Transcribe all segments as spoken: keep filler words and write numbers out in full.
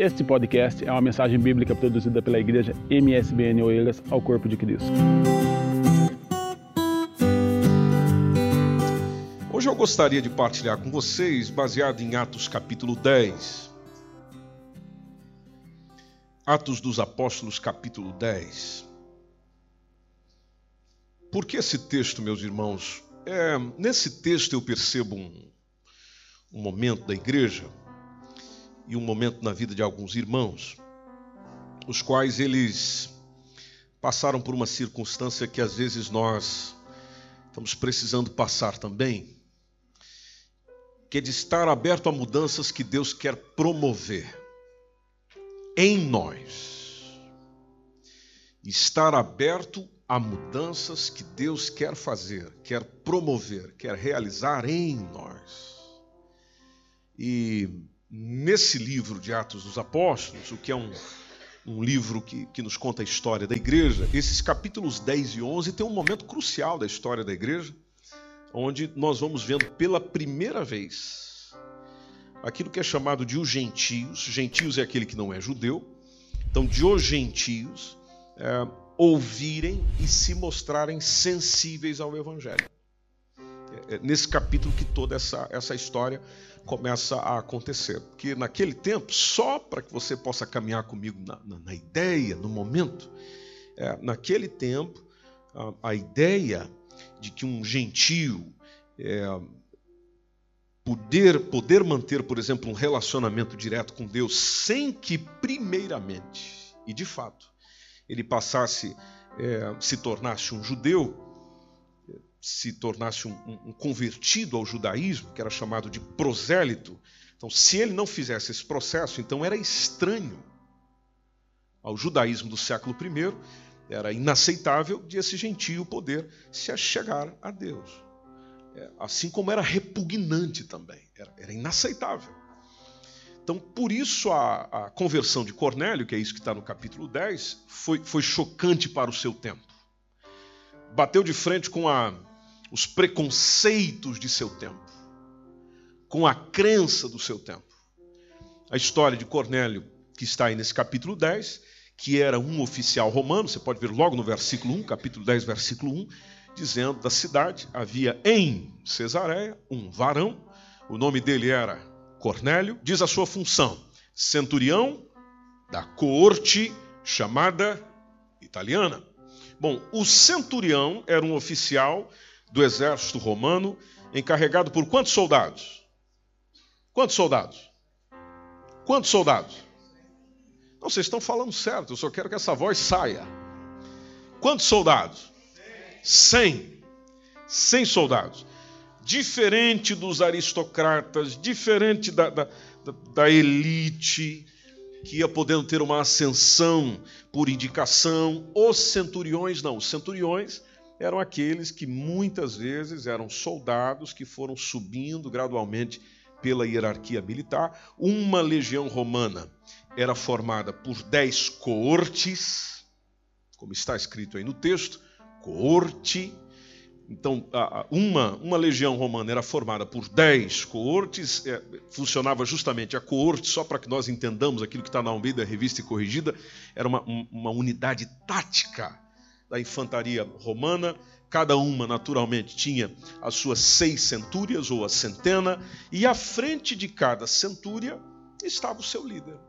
Este podcast é uma mensagem bíblica produzida pela Igreja M S B N Oeiras ao Corpo de Cristo. Hoje eu gostaria de partilhar com vocês, baseado em Atos capítulo dez. Atos dos Apóstolos capítulo dez. Por que esse texto, meus irmãos? É, nesse texto eu percebo um, um momento da igreja e um momento na vida de alguns irmãos, os quais eles passaram por uma circunstância que às vezes nós estamos precisando passar também, que é de estar aberto a mudanças que Deus quer promover em nós. Estar aberto a mudanças que Deus quer fazer, quer promover, quer realizar em nós. E nesse livro de Atos dos Apóstolos, o que é um, um livro que, que nos conta a história da igreja, esses capítulos dez e onze tem um momento crucial da história da igreja, onde nós vamos vendo pela primeira vez aquilo que é chamado de os gentios. Gentios é aquele que não é judeu. Então, de os gentios é, ouvirem e se mostrarem sensíveis ao evangelho. É nesse capítulo que toda essa, essa história começa a acontecer. Porque naquele tempo, só para que você possa caminhar comigo na, na, na ideia, no momento, é, naquele tempo, a, a ideia de que um gentio é, poder, poder manter, por exemplo, um relacionamento direto com Deus sem que, primeiramente, e de fato, ele passasse, é, se tornasse um judeu, se tornasse um, um, um convertido ao judaísmo, que era chamado de prosélito. Então, se ele não fizesse esse processo, então era estranho ao judaísmo do século primeiro, era inaceitável de esse gentio poder se achegar a Deus. É, assim como era repugnante também, era, era inaceitável. Então, por isso a, a conversão de Cornélio, que é isso que está no capítulo dez, foi, foi chocante para o seu tempo. Bateu de frente com a, os preconceitos de seu tempo, com a crença do seu tempo. A história de Cornélio, que está aí nesse capítulo dez, que era um oficial romano, você pode ver logo no versículo um, capítulo dez, versículo um, dizendo da cidade, havia em Cesareia um varão, o nome dele era Cornélio, diz a sua função, centurião da coorte chamada italiana. Bom, o centurião era um oficial do exército romano, encarregado por quantos soldados? Quantos soldados? Quantos soldados? Não, vocês estão falando certo, eu só quero que essa voz saia. Quantos soldados? Cem. Cem soldados. Diferente dos aristocratas, diferente da, da, da, da elite, que ia podendo ter uma ascensão por indicação. Os centuriões não. Os centuriões eram aqueles que muitas vezes eram soldados que foram subindo gradualmente pela hierarquia militar. Uma legião romana era formada por dez coortes, como está escrito aí no texto, coorte. Então, uma, uma legião romana era formada por dez coortes, é, funcionava justamente a coorte, só para que nós entendamos aquilo que está na Almeida Revista e Corrigida, era uma, uma unidade tática da infantaria romana. Cada uma, naturalmente, tinha as suas seis centúrias, ou a centena, e à frente de cada centúria estava o seu líder,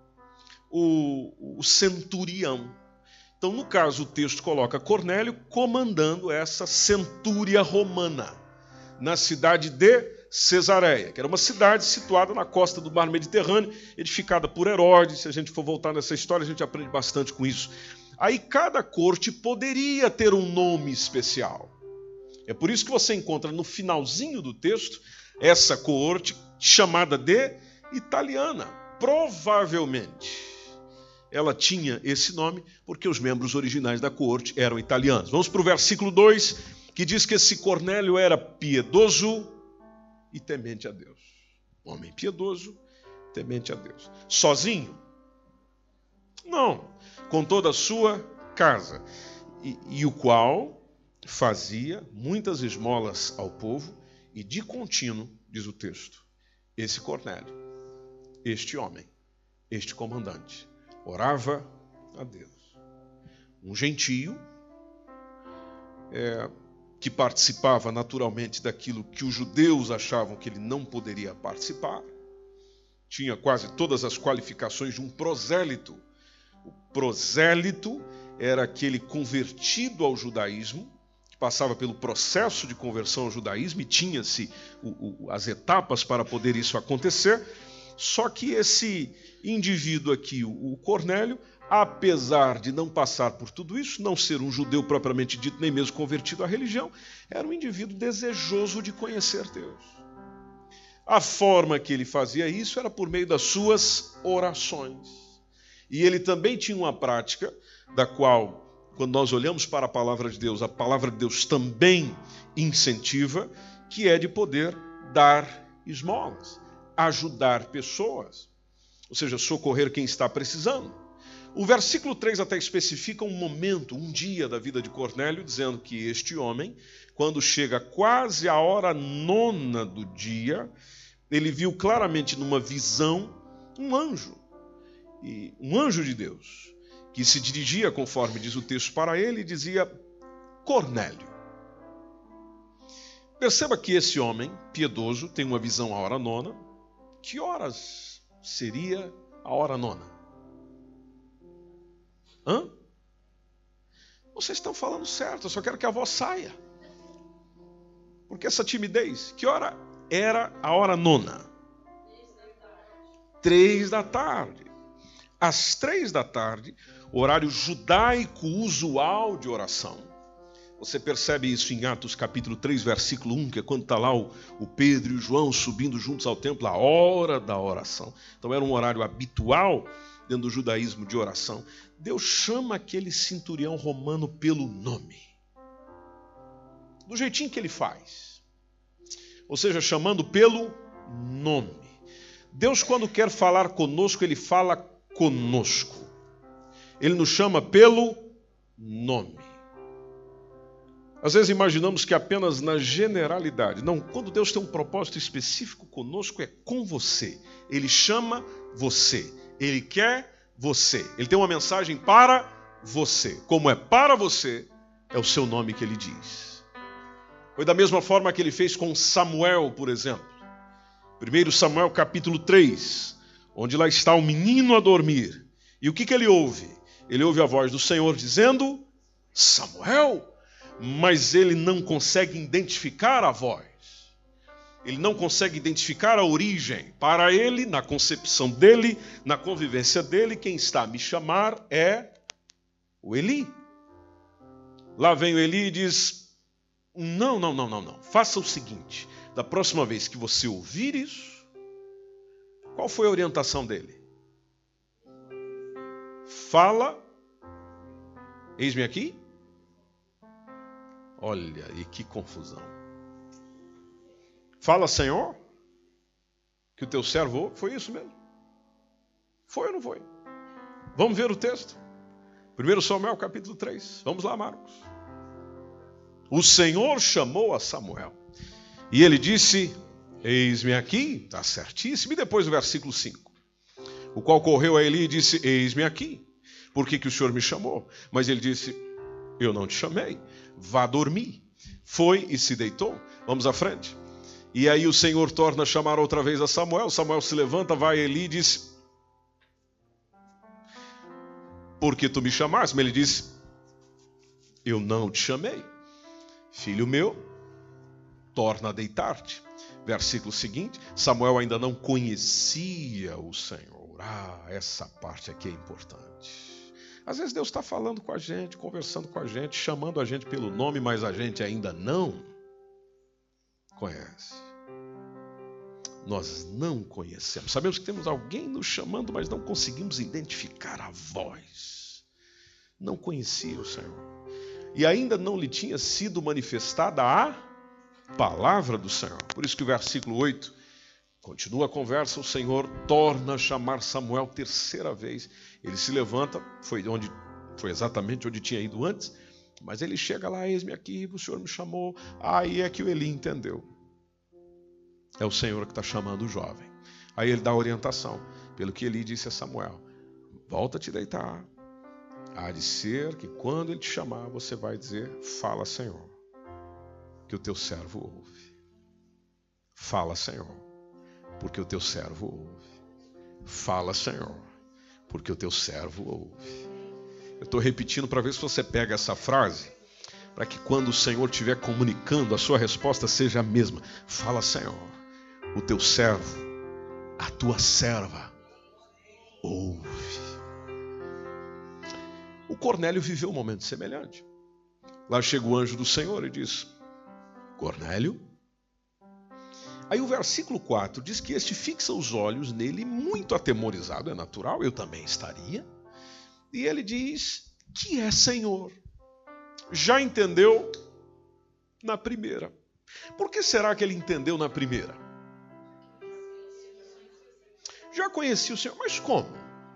o, o centurião. Então, no caso, o texto coloca Cornélio comandando essa centúria romana na cidade de Cesareia, que era uma cidade situada na costa do mar Mediterrâneo, edificada por Herodes. Se a gente for voltar nessa história, a gente aprende bastante com isso. Aí cada corte poderia ter um nome especial. É por isso que você encontra no finalzinho do texto essa coorte chamada de italiana. Provavelmente ela tinha esse nome porque os membros originais da coorte eram italianos. Vamos para o versículo dois, que diz que esse Cornélio era piedoso e temente a Deus. Homem piedoso, temente a Deus. Sozinho? Não. Com toda a sua casa. E, e o qual fazia muitas esmolas ao povo e de contínuo, diz o texto, esse Cornélio, este homem, este comandante orava a Deus. Um gentio é, que participava naturalmente daquilo que os judeus achavam que ele não poderia participar. Tinha quase todas as qualificações de um prosélito. O prosélito era aquele convertido ao judaísmo, que passava pelo processo de conversão ao judaísmo e tinha-se as etapas para poder isso acontecer. Só que esse indivíduo aqui, o Cornélio, apesar de não passar por tudo isso, não ser um judeu propriamente dito, nem mesmo convertido à religião, era um indivíduo desejoso de conhecer Deus. A forma que ele fazia isso era por meio das suas orações. E ele também tinha uma prática, da qual, quando nós olhamos para a palavra de Deus, a palavra de Deus também incentiva, que é de poder dar esmolas, ajudar pessoas, ou seja, socorrer quem está precisando. O versículo três até especifica um momento, um dia da vida de Cornélio, dizendo que este homem, quando chega quase a hora nona do dia, ele viu claramente numa visão um anjo, e um anjo de Deus, que se dirigia, conforme diz o texto, para ele e dizia: Cornélio. Perceba que esse homem piedoso tem uma visão à hora nona. Que horas seria a hora nona? Hã? Vocês estão falando certo, eu só quero que a voz saia. Porque essa timidez? Que hora era a hora nona? Três da tarde. Às três da tarde, horário judaico usual de oração. Você percebe isso em Atos capítulo três, versículo um, que é quando está lá o, o Pedro e o João subindo juntos ao templo, a hora da oração. Então era um horário habitual dentro do judaísmo de oração. Deus chama aquele centurião romano pelo nome. Do jeitinho que ele faz. Ou seja, chamando pelo nome. Deus, quando quer falar conosco, ele fala conosco. Ele nos chama pelo nome. Às vezes imaginamos que apenas na generalidade. Não, quando Deus tem um propósito específico conosco, é com você. Ele chama você. Ele quer você. Ele tem uma mensagem para você. Como é para você, é o seu nome que ele diz. Foi da mesma forma que ele fez com Samuel, por exemplo. primeiro Samuel capítulo três, onde lá está o menino a dormir. E o que, que ele ouve? Ele ouve a voz do Senhor dizendo: Samuel! Mas ele não consegue identificar a voz. Ele não consegue identificar a origem. Para ele, na concepção dele, na convivência dele, quem está a me chamar é o Eli. Lá vem o Eli e diz: não, não, não, não, não. Faça o seguinte, da próxima vez que você ouvir isso, qual foi a orientação dele? Fala, eis-me aqui. Olha, e que confusão. Fala, Senhor, que o teu servo ouve. Foi isso mesmo? Foi ou não foi? Vamos ver o texto. primeiro Samuel, capítulo três. Vamos lá, Marcos. O Senhor chamou a Samuel. E ele disse: eis-me aqui. Está certíssimo. E depois o versículo cinco. O qual correu a Eli e disse: eis-me aqui. Por que, que o Senhor me chamou? Mas ele disse: eu não te chamei. Vá dormir. Foi e se deitou. Vamos à frente. E aí o Senhor torna a chamar outra vez a Samuel. Samuel se levanta, vai a Eli e diz: por que tu me chamaste? Mas ele disse: eu não te chamei. Filho meu, torna a deitar-te. Versículo seguinte, Samuel ainda não conhecia o Senhor. Ah, essa parte aqui é importante. Às vezes Deus está falando com a gente, conversando com a gente, chamando a gente pelo nome, mas a gente ainda não conhece. Nós não conhecemos. Sabemos que temos alguém nos chamando, mas não conseguimos identificar a voz. Não conhecia o Senhor. E ainda não lhe tinha sido manifestada a palavra do Senhor. Por isso que o versículo oito continua a conversa. O Senhor torna a chamar Samuel terceira vez. Ele se levanta, foi, onde, foi exatamente onde tinha ido antes, mas ele chega lá: eis-me aqui, o Senhor me chamou. Aí é que o Eli entendeu. É o Senhor que está chamando o jovem. Aí ele dá a orientação: pelo que Eli disse a Samuel: volta a te deitar. Há de ser que quando ele te chamar, você vai dizer: fala, Senhor, que o teu servo ouve. Fala, Senhor, porque o teu servo ouve. Fala, Senhor, porque o teu servo ouve. Eu estou repetindo para ver se você pega essa frase, para que quando o Senhor estiver comunicando, a sua resposta seja a mesma. Fala, Senhor, o teu servo, a tua serva ouve. O Cornélio viveu um momento semelhante. Lá chega o anjo do Senhor e diz: Cornélio. Aí o versículo quatro diz que este fixa os olhos nele muito atemorizado, é natural, eu também estaria. E ele diz: que é, Senhor? Já entendeu na primeira. Por que será que ele entendeu na primeira? Já conhecia o Senhor, mas como?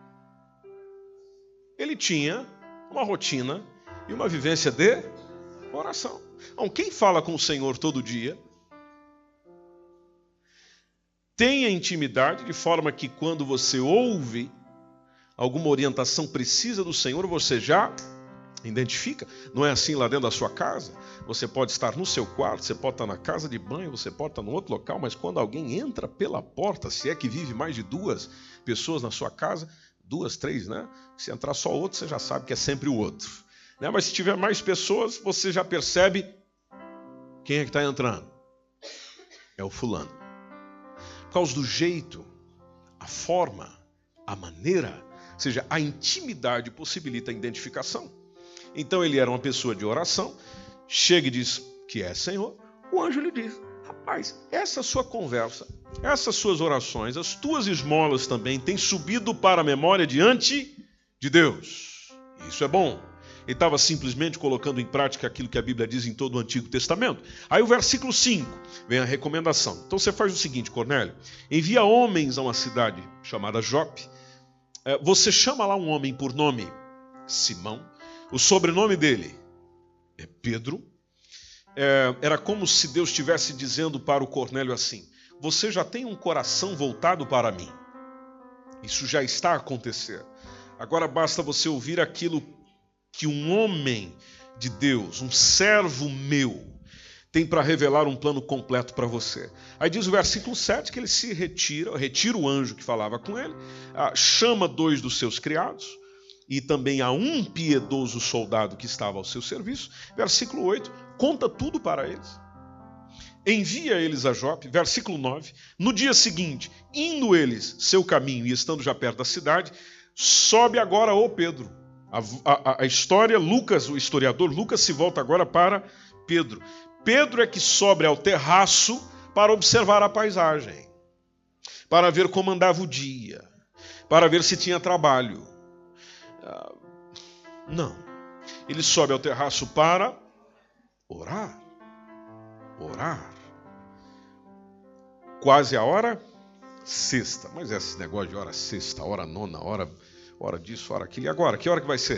Ele tinha uma rotina e uma vivência de oração. Então, quem fala com o Senhor todo dia tenha intimidade, de forma que quando você ouve alguma orientação precisa do Senhor, você já identifica. Não é assim lá dentro da sua casa? Você pode estar no seu quarto, você pode estar na casa de banho, você pode estar em outro local, mas quando alguém entra pela porta, se é que vive mais de duas pessoas na sua casa, duas, três, né? Se entrar só outro, você já sabe que é sempre o outro. Né? Mas se tiver mais pessoas, você já percebe quem é que está entrando. É o fulano. Por causa do jeito, a forma, a maneira, ou seja, a intimidade possibilita a identificação. Então ele era uma pessoa de oração, chega e diz que é Senhor, o anjo lhe diz: rapaz, essa sua conversa, essas suas orações, as tuas esmolas também têm subido para a memória diante de Deus. Isso é bom. Ele estava simplesmente colocando em prática aquilo que a Bíblia diz em todo o Antigo Testamento. Aí o versículo cinco vem a recomendação. Então você faz o seguinte, Cornélio: envia homens a uma cidade chamada Jope. Você chama lá um homem por nome Simão. O sobrenome dele é Pedro. É, era como se Deus estivesse dizendo para o Cornélio assim: você já tem um coração voltado para mim. Isso já está a acontecer. Agora basta você ouvir aquilo que um homem de Deus, um servo meu, tem para revelar um plano completo para você. Aí diz o versículo sete que ele se retira, retira o anjo que falava com ele, chama dois dos seus criados e também a um piedoso soldado que estava ao seu serviço. Versículo oito, conta tudo para eles. Envia eles a Jope. Versículo nove, no dia seguinte, indo eles seu caminho e estando já perto da cidade, sobe agora o Pedro. A, a, a história, Lucas, o historiador Lucas, se volta agora para Pedro. Pedro é que sobe ao terraço para observar a paisagem, para ver como andava o dia, para ver se tinha trabalho. Ah, não. Ele sobe ao terraço para orar. Orar. Quase a hora sexta. Mas esse negócio de hora sexta, hora nona, hora... hora disso, hora aquilo. E agora? Que hora que vai ser?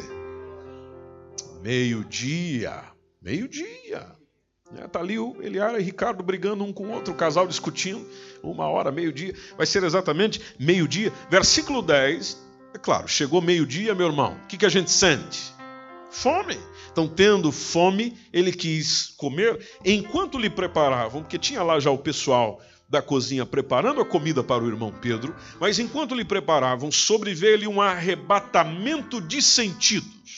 Meio-dia. Meio-dia. Está ali o Eliara e Ricardo brigando um com o outro, o casal discutindo. Uma hora, meio-dia. Vai ser exatamente meio-dia. Versículo dez. É claro, chegou meio-dia, meu irmão. O que, que a gente sente? Fome. Então, tendo fome, ele quis comer. Enquanto lhe preparavam, porque tinha lá já o pessoal da cozinha preparando a comida para o irmão Pedro, mas enquanto lhe preparavam, sobreveio-lhe um arrebatamento de sentidos.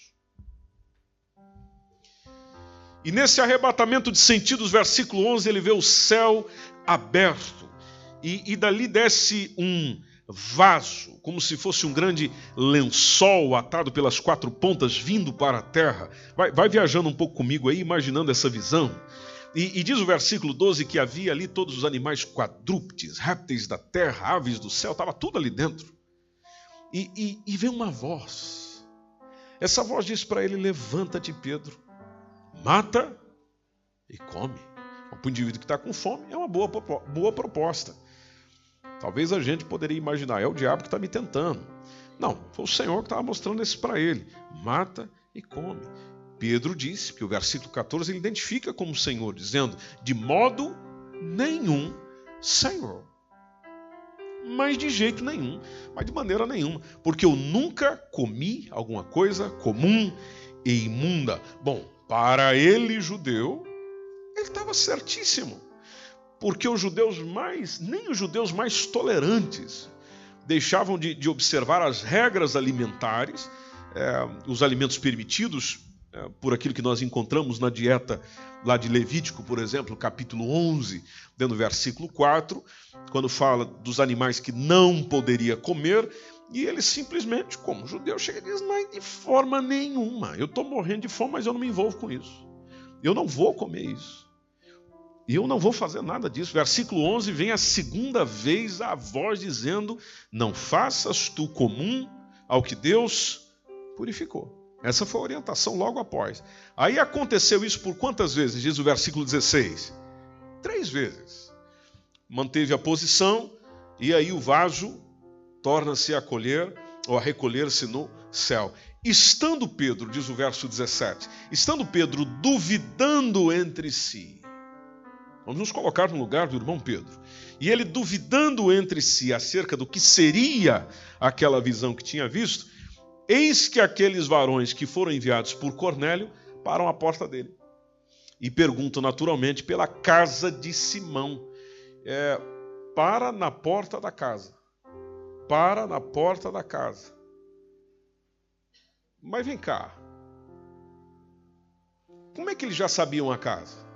E nesse arrebatamento de sentidos, versículo onze, ele vê o céu aberto, e, e dali desce um vaso, como se fosse um grande lençol atado pelas quatro pontas, vindo para a terra. Vai, vai viajando um pouco comigo aí, imaginando essa visão. E, e diz o versículo doze que havia ali todos os animais quadrúpedes, répteis da terra, aves do céu, estava tudo ali dentro. E, e, e vem uma voz. Essa voz diz para ele: levanta-te, Pedro, mata e come. Para o indivíduo que está com fome, é uma boa, boa proposta. Talvez a gente poderia imaginar, é o diabo que está me tentando. Não, foi o Senhor que estava mostrando isso para ele. Mata e come. Pedro disse, que o versículo catorze ele identifica como o Senhor, dizendo: de modo nenhum, Senhor. Mas de jeito nenhum, mas de maneira nenhuma, porque eu nunca comi alguma coisa comum e imunda. Bom, para ele, judeu, ele estava certíssimo, porque os judeus mais, nem os judeus mais tolerantes, deixavam de, de observar as regras alimentares, é, os alimentos permitidos, é, por aquilo que nós encontramos na dieta lá de Levítico, por exemplo, capítulo onze, dentro do versículo quatro, quando fala dos animais que não poderia comer, e ele simplesmente, como judeu, chega e diz, mas de forma nenhuma, eu estou morrendo de fome, mas eu não me envolvo com isso, eu não vou comer isso. E eu não vou fazer nada disso. Versículo onze, vem a segunda vez a voz dizendo, não faças tu comum ao que Deus purificou. Essa foi a orientação logo após. Aí aconteceu isso por quantas vezes? Diz o versículo dezesseis. Três vezes. Manteve a posição e aí o vaso torna-se a colher ou a recolher-se no céu. Estando Pedro, diz o verso dezessete, estando Pedro duvidando entre si. Vamos nos colocar no lugar do irmão Pedro. E ele duvidando entre si acerca do que seria aquela visão que tinha visto, eis que aqueles varões que foram enviados por Cornélio param à porta dele. E perguntam naturalmente pela casa de Simão. É, para na porta da casa. Para na porta da casa. Mas vem cá. Como é que eles já sabiam a casa?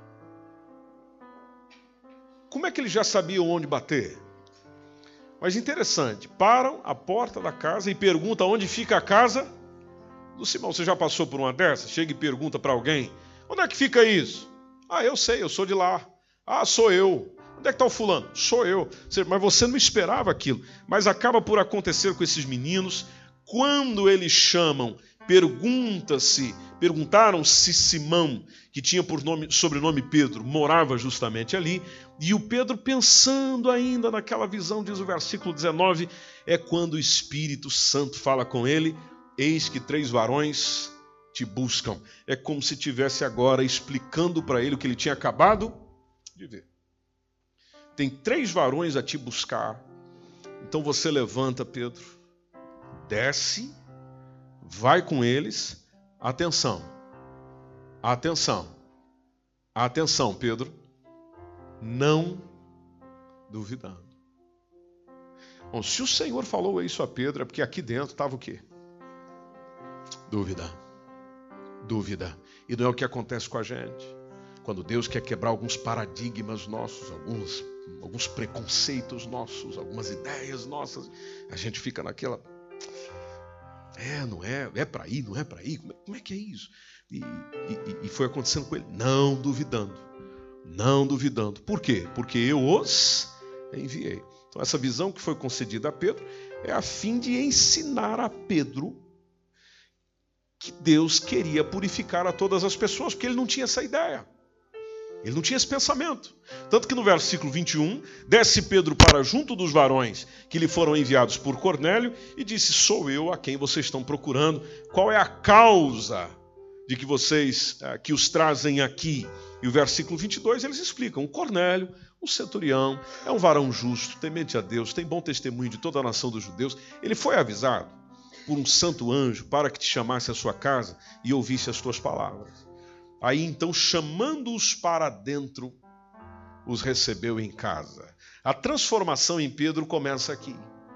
Como é que eles já sabiam onde bater? Mas interessante, param à porta da casa e perguntam onde fica a casa do Simão. Você já passou por uma dessas? Chega e pergunta para alguém, onde é que fica isso? Ah, eu sei, eu sou de lá. Ah, sou eu. Onde é que está o fulano? Sou eu. Mas você não esperava aquilo. Mas acaba por acontecer com esses meninos. Quando eles chamam, pergunta-se, perguntaram se Simão, que tinha por nome, sobrenome Pedro, morava justamente ali. E o Pedro, pensando ainda naquela visão, diz o versículo dezenove, é quando o Espírito Santo fala com ele, eis que três varões te buscam. É como se estivesse agora explicando para ele o que ele tinha acabado de ver. Tem três varões a te buscar. Então você levanta, Pedro, desce, vai com eles. Atenção, atenção, atenção, Pedro, não duvidando. Bom, se o Senhor falou isso a Pedro, é porque aqui dentro estava o quê? Dúvida, dúvida. E não é o que acontece com a gente. Quando Deus quer quebrar alguns paradigmas nossos, alguns, alguns preconceitos nossos, algumas ideias nossas, a gente fica naquela... É, não é, é para ir, não é para ir, como é, como é que é isso? E, e, e foi acontecendo com ele, não duvidando, não duvidando. Por quê? Porque eu os enviei. Então essa visão que foi concedida a Pedro é a fim de ensinar a Pedro que Deus queria purificar a todas as pessoas, porque ele não tinha essa ideia. Ele não tinha esse pensamento. Tanto que no versículo vinte e um, desce Pedro para junto dos varões que lhe foram enviados por Cornélio e disse, sou eu a quem vocês estão procurando. Qual é a causa de que vocês, que os trazem aqui? E o versículo vinte e dois, eles explicam. O Cornélio, um centurião, é um varão justo, temente a Deus, tem bom testemunho de toda a nação dos judeus. Ele foi avisado por um santo anjo para que te chamasse à sua casa e ouvisse as tuas palavras. Aí então, chamando-os para dentro, os recebeu em casa. A transformação em Pedro começa aqui.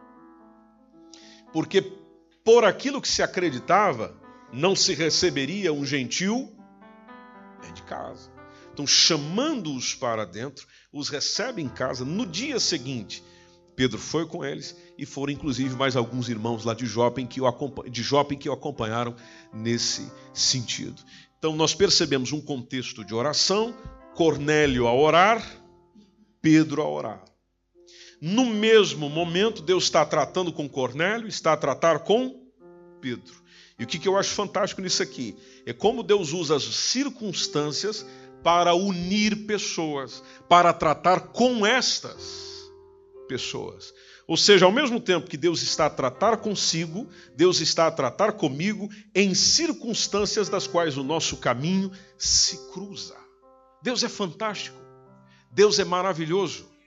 Porque por aquilo que se acreditava, não se receberia um gentil de casa. Então, chamando-os para dentro, os recebe em casa. No dia seguinte, Pedro foi com eles e foram inclusive mais alguns irmãos lá de Jope que o, acompanh... de Jope que o acompanharam nesse sentido. Então nós percebemos um contexto de oração, Cornélio a orar, Pedro a orar. No mesmo momento, Deus está tratando com Cornélio, está a tratar com Pedro. E o que eu acho fantástico nisso aqui? É como Deus usa as circunstâncias para unir pessoas, para tratar com estas pessoas. Ou seja, ao mesmo tempo que Deus está a tratar consigo, Deus está a tratar comigo em circunstâncias das quais o nosso caminho se cruza. Deus é fantástico. Deus é maravilhoso.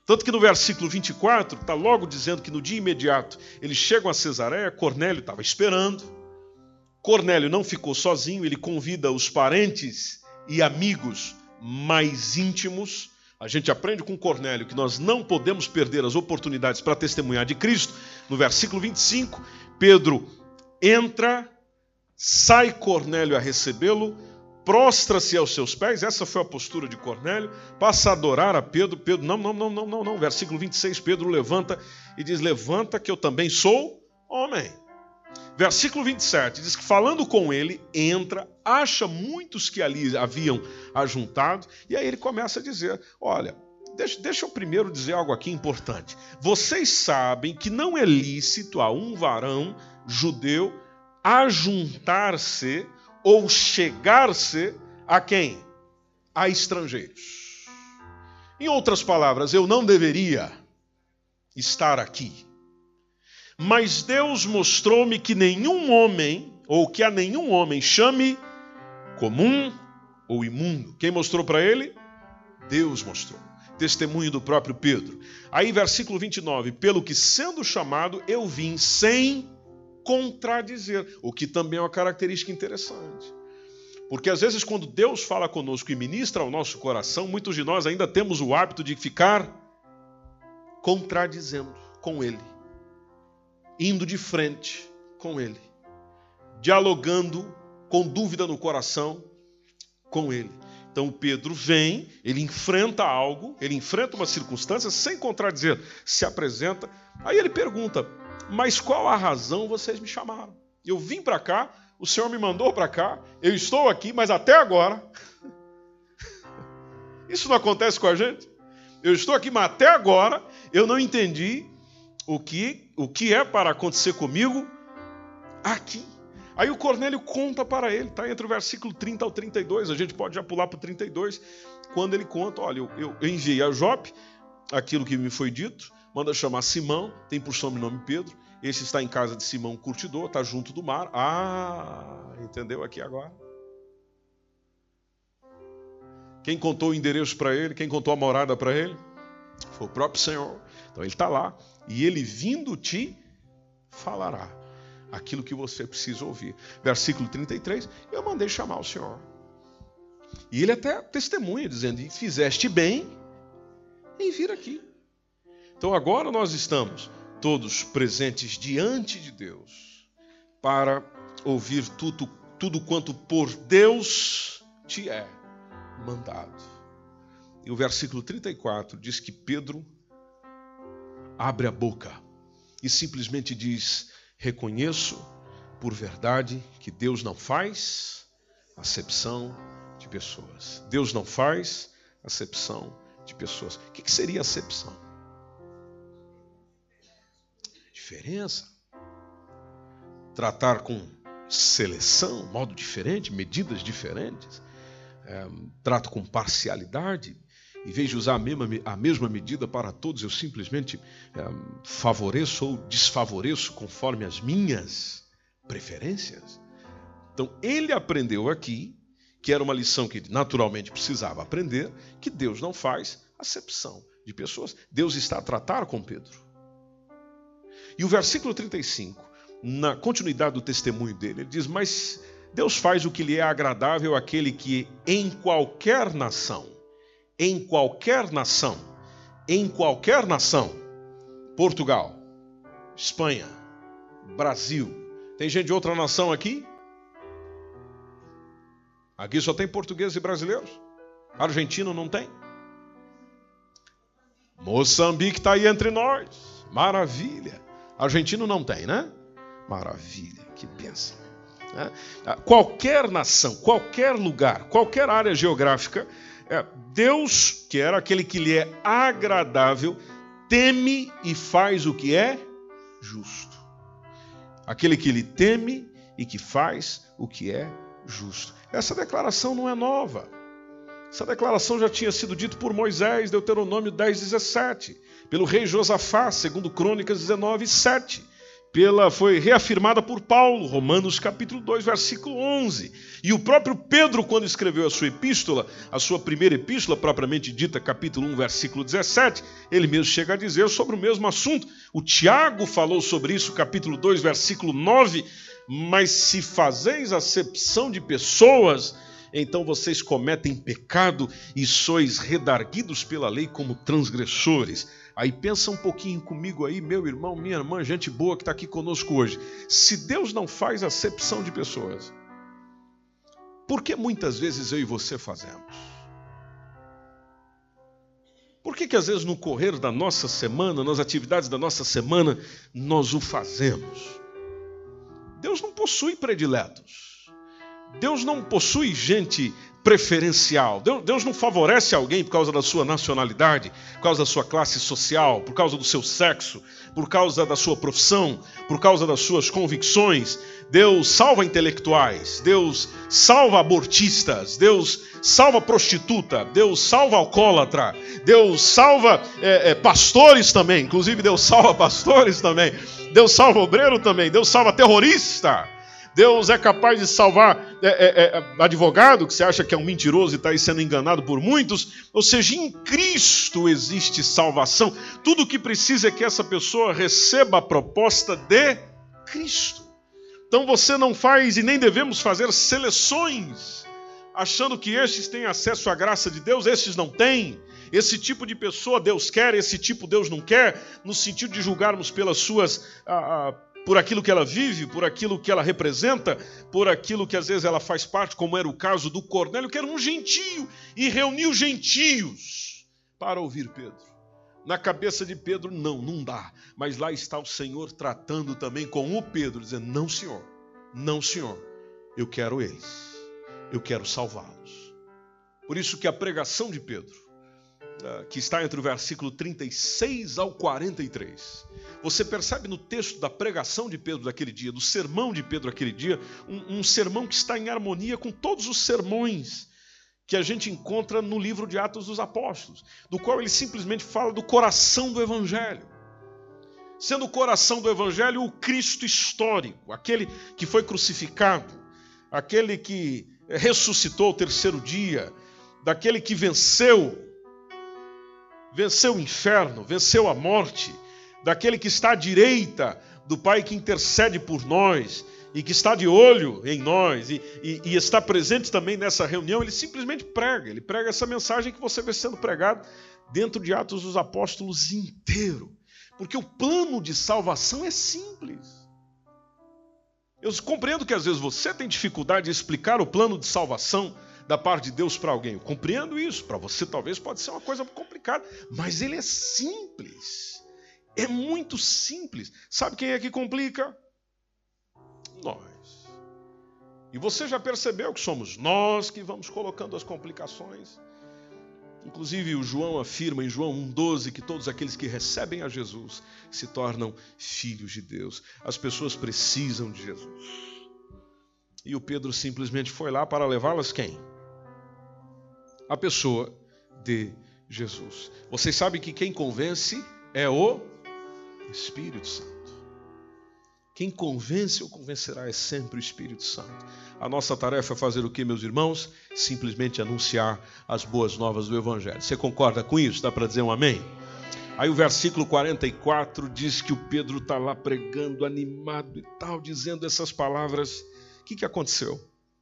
Tanto que no versículo vinte e quatro, está logo dizendo que no dia imediato eles chegam a Cesareia, Cornélio estava esperando. Cornélio não ficou sozinho, ele convida os parentes e amigos mais íntimos. A gente aprende com Cornélio que nós não podemos perder as oportunidades para testemunhar de Cristo. No versículo vinte e cinco, Pedro entra, sai Cornélio a recebê-lo, prostra-se aos seus pés, essa foi a postura de Cornélio, passa a adorar a Pedro. Pedro, não, não, não, não, não, não. Versículo vinte e seis, Pedro levanta e diz, levanta que eu também sou homem. Versículo vinte e sete, diz que falando com ele, entra, acha muitos que ali haviam ajuntado, e aí ele começa a dizer, olha, deixa, deixa eu primeiro dizer algo aqui importante. Vocês sabem que não é lícito a um varão judeu ajuntar-se ou chegar-se a quem? A estrangeiros. Em outras palavras, eu não deveria estar aqui. Mas Deus mostrou-me que nenhum homem, ou que a nenhum homem chame comum ou imundo. Quem mostrou para ele? Deus mostrou. Testemunho do próprio Pedro. Aí, versículo vinte e nove, pelo que sendo chamado, eu vim sem contradizer, o que também é uma característica interessante. Porque às vezes quando Deus fala conosco e ministra ao nosso coração, muitos de nós ainda temos o hábito de ficar contradizendo com Ele, indo de frente com Ele, dialogando com dúvida no coração com Ele. Então Pedro vem, ele enfrenta algo, ele enfrenta uma circunstância sem contradizer, se apresenta, aí ele pergunta, mas qual a razão vocês me chamaram? Eu vim para cá, o Senhor me mandou para cá, eu estou aqui, mas até agora, isso não acontece com a gente? Eu estou aqui, mas até agora eu não entendi o que, o que é para acontecer comigo aqui. Aí o Cornélio conta para ele, está entre o versículo trinta ao trinta e dois, a gente pode já pular para o trinta e dois, quando ele conta, olha, eu, eu, eu enviei a Jope, aquilo que me foi dito, manda chamar Simão, tem por sobrenome Pedro, esse está em casa de Simão Curtidor, está junto do mar. Ah, entendeu aqui agora? Quem contou o endereço para ele, quem contou a morada para ele? Foi o próprio Senhor. Então ele está lá, e ele vindo te falará aquilo que você precisa ouvir. Versículo trinta e três, eu mandei chamar o Senhor. E ele até testemunha, dizendo, e fizeste bem em vir aqui. Então agora nós estamos todos presentes diante de Deus para ouvir tudo, tudo quanto por Deus te é mandado. E o versículo trinta e quatro diz que Pedro abre a boca e simplesmente diz, reconheço por verdade que Deus não faz acepção de pessoas. Deus não faz acepção de pessoas. O que seria acepção? Diferença. Tratar com seleção, modo diferente, medidas diferentes. É, trato com parcialidade. Em vez de usar a mesma, a mesma medida para todos, eu simplesmente é, favoreço ou desfavoreço conforme as minhas preferências. Então, ele aprendeu aqui, que era uma lição que ele naturalmente precisava aprender, que Deus não faz acepção de pessoas. Deus está a tratar com Pedro. E o versículo trinta e cinco, na continuidade do testemunho dele, ele diz, mas Deus faz o que lhe é agradável àquele que em qualquer nação, em qualquer nação, em qualquer nação, Portugal, Espanha, Brasil, tem gente de outra nação aqui? Aqui só tem portugueses e brasileiros. Argentino não tem? Moçambique está aí entre nós. Maravilha. Argentino não tem, né? Maravilha, que bênção. Né? Qualquer nação, qualquer lugar, qualquer área geográfica, Deus, que era aquele que lhe é agradável, teme e faz o que é justo. Aquele que lhe teme e que faz o que é justo. Essa declaração não é nova. Essa declaração já tinha sido dita por Moisés, Deuteronômio dez, dezessete. Pelo rei Josafá, segundo Crônicas dezenove, sete. pela, foi reafirmada por Paulo, Romanos capítulo dois, versículo onze. E o próprio Pedro, quando escreveu a sua epístola, a sua primeira epístola, propriamente dita, capítulo um, versículo dezessete, ele mesmo chega a dizer sobre o mesmo assunto. O Tiago falou sobre isso, capítulo dois, versículo nove, mas se fazeis acepção de pessoas, então vocês cometem pecado e sois redarguidos pela lei como transgressores. Aí pensa um pouquinho comigo aí, meu irmão, minha irmã, gente boa que está aqui conosco hoje. Se Deus não faz acepção de pessoas, por que muitas vezes eu e você fazemos? Por que que às vezes no correr da nossa semana, nas atividades da nossa semana, nós o fazemos? Deus não possui prediletos. Deus não possui gente preferencial. Deus, Deus não favorece alguém por causa da sua nacionalidade, por causa da sua classe social, por causa do seu sexo, por causa da sua profissão, por causa das suas convicções. Deus salva intelectuais, Deus salva abortistas, Deus salva prostituta, Deus salva alcoólatra, Deus salva é, é, pastores também, inclusive Deus salva pastores também, Deus salva obreiro também, Deus salva terrorista. Deus é capaz de salvar é, é, é, advogado, que você acha que é um mentiroso e está aí sendo enganado por muitos. Ou seja, em Cristo existe salvação. Tudo o que precisa é que essa pessoa receba a proposta de Cristo. Então você não faz e nem devemos fazer seleções, achando que estes têm acesso à graça de Deus, estes não têm. Esse tipo de pessoa Deus quer, esse tipo Deus não quer, no sentido de julgarmos pelas suas... Ah, ah, por aquilo que ela vive, por aquilo que ela representa, por aquilo que às vezes ela faz parte, como era o caso do Cornélio, que era um gentio, e reuniu gentios para ouvir Pedro. Na cabeça de Pedro, não, não dá. Mas lá está o Senhor tratando também com o Pedro, dizendo, não, Senhor, não, Senhor, eu quero eles, eu quero salvá-los. Por isso que a pregação de Pedro, que está entre o versículo trinta e seis ao quarenta e três. Você percebe no texto da pregação de Pedro daquele dia, do sermão de Pedro daquele dia, um, um sermão que está em harmonia com todos os sermões que a gente encontra no livro de Atos dos Apóstolos, do qual ele simplesmente fala do coração do Evangelho. Sendo o coração do Evangelho o Cristo histórico, aquele que foi crucificado, aquele que ressuscitou ao terceiro dia, daquele que venceu Venceu o inferno, venceu a morte, daquele que está à direita do Pai que intercede por nós e que está de olho em nós e, e, e está presente também nessa reunião. Ele simplesmente prega, ele prega essa mensagem que você vê sendo pregada dentro de Atos dos Apóstolos inteiro. Porque o plano de salvação é simples. Eu compreendo que às vezes você tem dificuldade de explicar o plano de salvação da parte de Deus para alguém. Eu compreendo isso. Para você talvez pode ser uma coisa complicada, mas ele é simples. É muito simples. Sabe quem é que complica? Nós. E você já percebeu que somos nós que vamos colocando as complicações? Inclusive o João afirma em João um, doze que todos aqueles que recebem a Jesus se tornam filhos de Deus. As pessoas precisam de Jesus. E o Pedro simplesmente foi lá para levá-las quem? A pessoa de Jesus. Vocês sabem que quem convence é o Espírito Santo. Quem convence ou convencerá é sempre o Espírito Santo. A nossa tarefa é fazer o que, meus irmãos? Simplesmente anunciar as boas novas do Evangelho. Você concorda com isso? Dá para dizer um amém? Aí o versículo quarenta e quatro diz que o Pedro está lá pregando, animado e tal, dizendo essas palavras. O que, que aconteceu?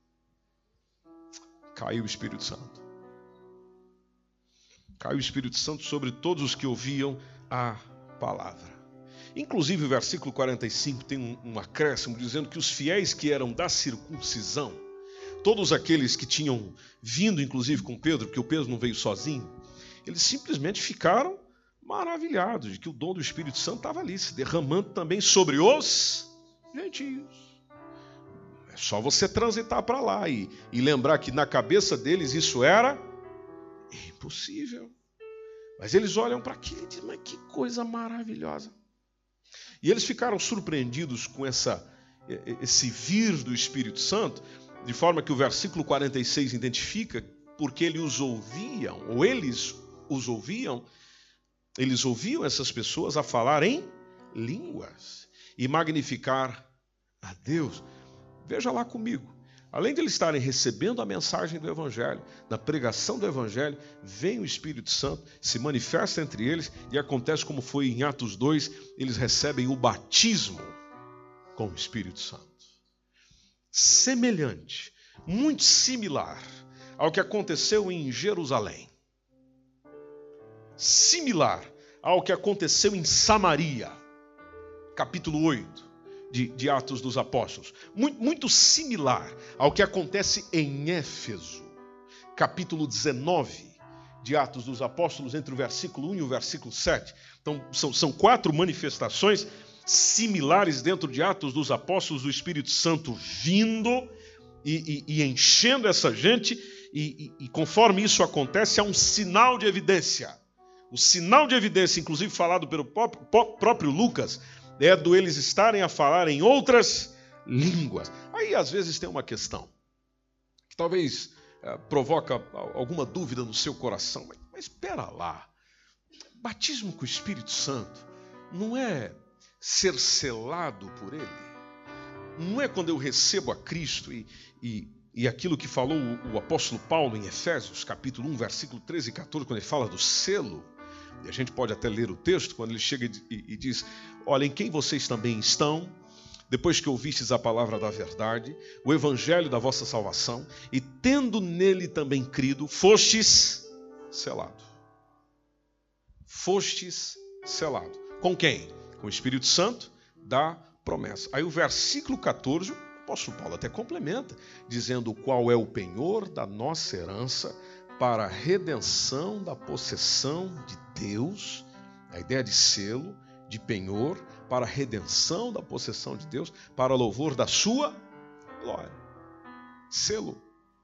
Caiu o Espírito Santo. Caiu o Espírito Santo sobre todos os que ouviam a palavra. Inclusive o versículo quarenta e cinco tem um, um acréscimo dizendo que os fiéis que eram da circuncisão, todos aqueles que tinham vindo inclusive com Pedro, porque o Pedro não veio sozinho, eles simplesmente ficaram maravilhados de que o dom do Espírito Santo estava ali, se derramando também sobre os gentios. É só você transitar para lá e, e lembrar que na cabeça deles isso era impossível. Mas eles olham para aquilo e dizem, mas que coisa maravilhosa. E eles ficaram surpreendidos com essa, esse vir do Espírito Santo, de forma que o versículo quarenta e seis identifica, porque eles os ouviam, ou eles os ouviam, eles ouviam essas pessoas a falar em línguas. e magnificar a Deus. Veja lá comigo. Além de eles estarem recebendo a mensagem do Evangelho, na pregação do Evangelho, vem o Espírito Santo, se manifesta entre eles e acontece como foi em Atos dois, eles recebem o batismo com o Espírito Santo. Semelhante, muito similar ao que aconteceu em Jerusalém. Similar ao que aconteceu em Samaria, capítulo oito. De, de Atos dos Apóstolos. Muito, muito similar ao que acontece em Éfeso, capítulo dezenove de Atos dos Apóstolos, entre o versículo um e o versículo sete. Então, são, são quatro manifestações similares dentro de Atos dos Apóstolos, do Espírito Santo vindo e, e, e enchendo essa gente, e, e, e conforme isso acontece, há um sinal de evidência. O sinal de evidência, inclusive falado pelo próprio, próprio Lucas, é do eles estarem a falar em outras línguas. Aí, às vezes, tem uma questão que talvez é, provoca alguma dúvida no seu coração. Mas, mas espera lá. Batismo com o Espírito Santo não é ser selado por Ele? Não é quando eu recebo a Cristo e, e, e aquilo que falou o, o apóstolo Paulo em Efésios, capítulo um, versículo treze e quatorze, quando ele fala do selo. E a gente pode até ler o texto, quando ele chega e, e diz: olha, em quem vocês também estão, depois que ouvistes a palavra da verdade, o evangelho da vossa salvação, e tendo nele também crido, fostes selado. Fostes selado. Com quem? Com o Espírito Santo da promessa. Aí o versículo catorze, o apóstolo Paulo até complementa, dizendo: qual é o penhor da nossa herança para a redenção da possessão de Deus, a ideia de selo, de penhor, para a redenção da possessão de Deus, para louvor da sua glória. Selo.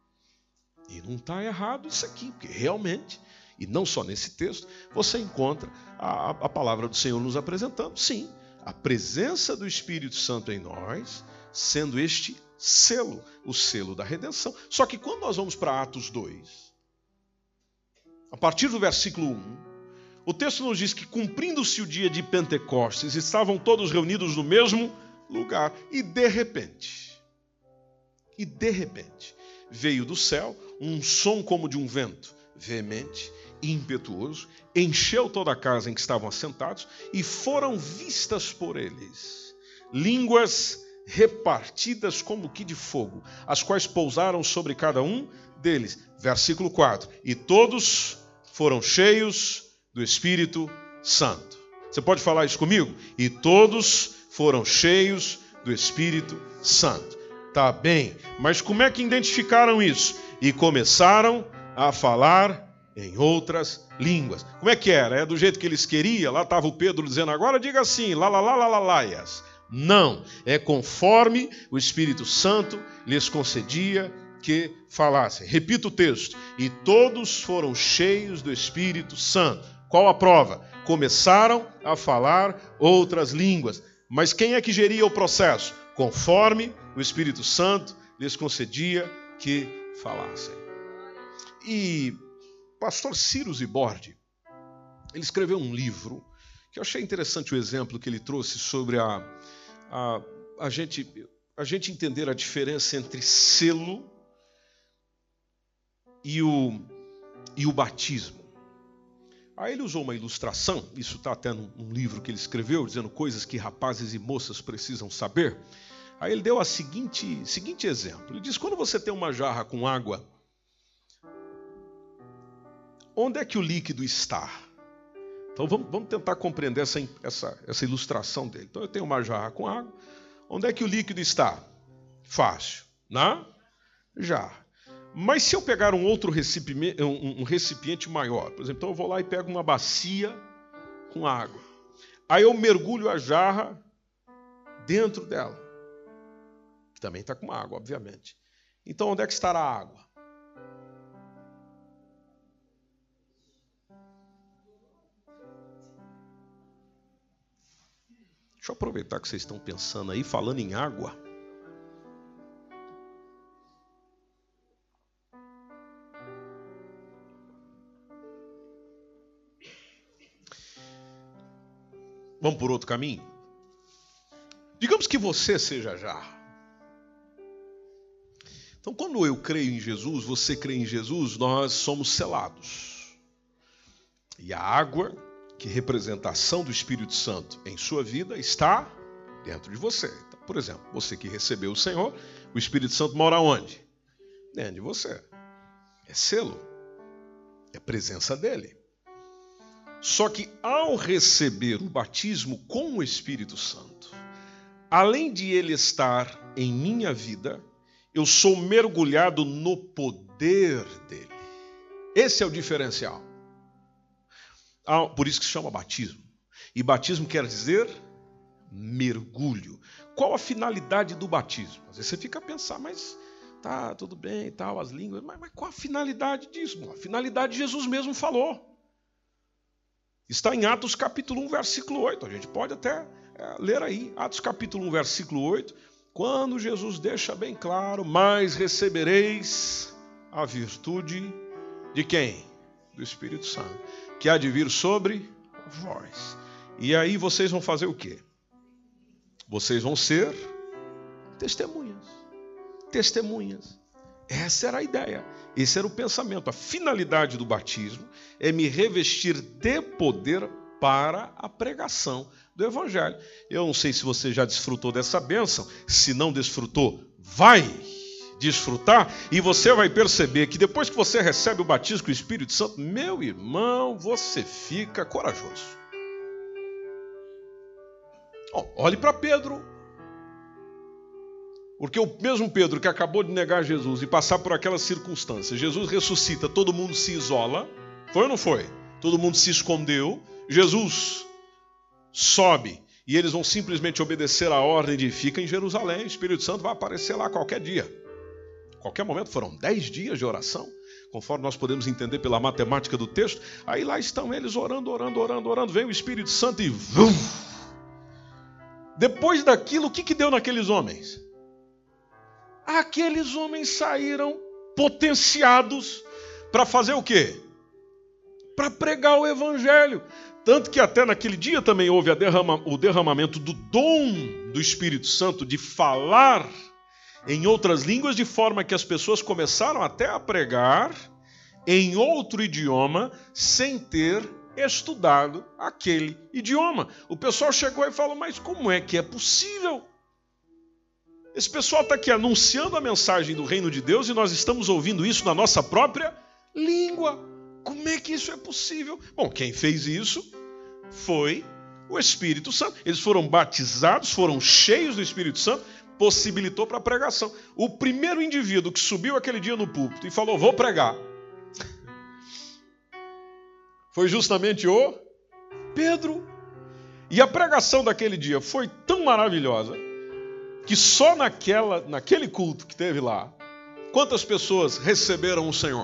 E não está errado isso aqui, porque realmente, e não só nesse texto, você encontra a, a palavra do Senhor nos apresentando, sim, a presença do Espírito Santo em nós, sendo este selo, o selo da redenção. Só que quando nós vamos para Atos dois, a partir do versículo um, o texto nos diz que, cumprindo-se o dia de Pentecostes, estavam todos reunidos no mesmo lugar. E de repente, e de repente, veio do céu um som como de um vento, veemente e impetuoso, encheu toda a casa em que estavam assentados, e foram vistas por eles línguas repartidas como que de fogo, as quais pousaram sobre cada um deles. Versículo quatro. E todos foram cheios do Espírito Santo. Você pode falar isso comigo? E todos foram cheios do Espírito Santo. Tá bem, mas como é que identificaram isso? E começaram a falar em outras línguas. Como é que era? É do jeito que eles queriam? Lá estava o Pedro dizendo: agora diga assim, lá, lá, lá, lá, lá, laias. Não, é conforme o Espírito Santo lhes concedia que falassem. Repita o texto. E todos foram cheios do Espírito Santo. Qual a prova? Começaram a falar outras línguas. Mas quem é que geria o processo? Conforme o Espírito Santo lhes concedia que falassem. E pastor Ciro Zibordi, ele escreveu um livro que eu achei interessante o exemplo que ele trouxe sobre a, a, a, gente, a gente entender a diferença entre selo e o, e o batismo. Aí ele usou uma ilustração, isso está até num, num livro que ele escreveu, dizendo coisas que rapazes e moças precisam saber. Aí ele deu o seguinte, seguinte exemplo. Ele diz: quando você tem uma jarra com água, onde é que o líquido está? Então vamos, vamos tentar compreender essa, essa, essa ilustração dele. Então eu tenho uma jarra com água, onde é que o líquido está? Fácil, na jarra. Mas se eu pegar um outro recipiente, um, um recipiente maior, por exemplo, então eu vou lá e pego uma bacia com água. Aí eu mergulho a jarra dentro dela, que também está com água, obviamente. Então onde é que estará a água? Deixa eu aproveitar que vocês estão pensando aí, falando em água. Vamos por outro caminho? Digamos que você seja já. Então, quando eu creio em Jesus, você crê em Jesus, nós somos selados. E a água, que representa a ação do Espírito Santo em sua vida, está dentro de você. Então, por exemplo, você que recebeu o Senhor, o Espírito Santo mora onde? Dentro de você. É selo. É presença dele. Só que ao receber o batismo com o Espírito Santo, além de ele estar em minha vida, eu sou mergulhado no poder dele. Esse é o diferencial. Ah, por isso que se chama batismo. E batismo quer dizer mergulho. Qual a finalidade do batismo? Às vezes você fica a pensar, mas tá, tudo bem e tal, as línguas, mas, mas qual a finalidade disso? A finalidade Jesus mesmo falou. Está em Atos capítulo um, versículo oito. A gente pode até é, ler aí. Atos capítulo um, versículo oito. Quando Jesus deixa bem claro, mas recebereis a virtude de quem? Do Espírito Santo, que há de vir sobre vós. E aí vocês vão fazer o quê? Vocês vão ser testemunhas. Testemunhas. Essa era a ideia. Esse era o pensamento. A finalidade do batismo é me revestir de poder para a pregação do Evangelho. Eu não sei se você já desfrutou dessa bênção. Se não desfrutou, vai desfrutar. E você vai perceber que depois que você recebe o batismo com o Espírito Santo, meu irmão, você fica corajoso. Oh, olhe para Pedro. Porque o mesmo Pedro que acabou de negar Jesus e passar por aquelas circunstâncias, Jesus ressuscita, todo mundo se isola. Foi ou não foi? Todo mundo se escondeu. Jesus sobe e eles vão simplesmente obedecer a ordem de fica em Jerusalém. O Espírito Santo vai aparecer lá qualquer dia. Qualquer momento. Foram dez dias de oração, conforme nós podemos entender pela matemática do texto. Aí lá estão eles orando, orando, orando, orando. Vem o Espírito Santo e... Vum! Depois daquilo, o que, que deu naqueles homens? Aqueles homens saíram potenciados para fazer o quê? Para pregar o Evangelho. Tanto que até naquele dia também houve a derrama, o derramamento do dom do Espírito Santo de falar em outras línguas, de forma que as pessoas começaram até a pregar em outro idioma sem ter estudado aquele idioma. O pessoal chegou e falou, mas como é que é possível? Esse pessoal está aqui anunciando a mensagem do reino de Deus e nós estamos ouvindo isso na nossa própria língua. Como é que isso é possível? Bom, quem fez isso foi o Espírito Santo. Eles foram batizados, foram cheios do Espírito Santo, possibilitou para a pregação. O primeiro indivíduo que subiu aquele dia no púlpito e falou, vou pregar, foi justamente o Pedro. E a pregação daquele dia foi tão maravilhosa que só naquela, naquele culto que teve lá, quantas pessoas receberam o Senhor?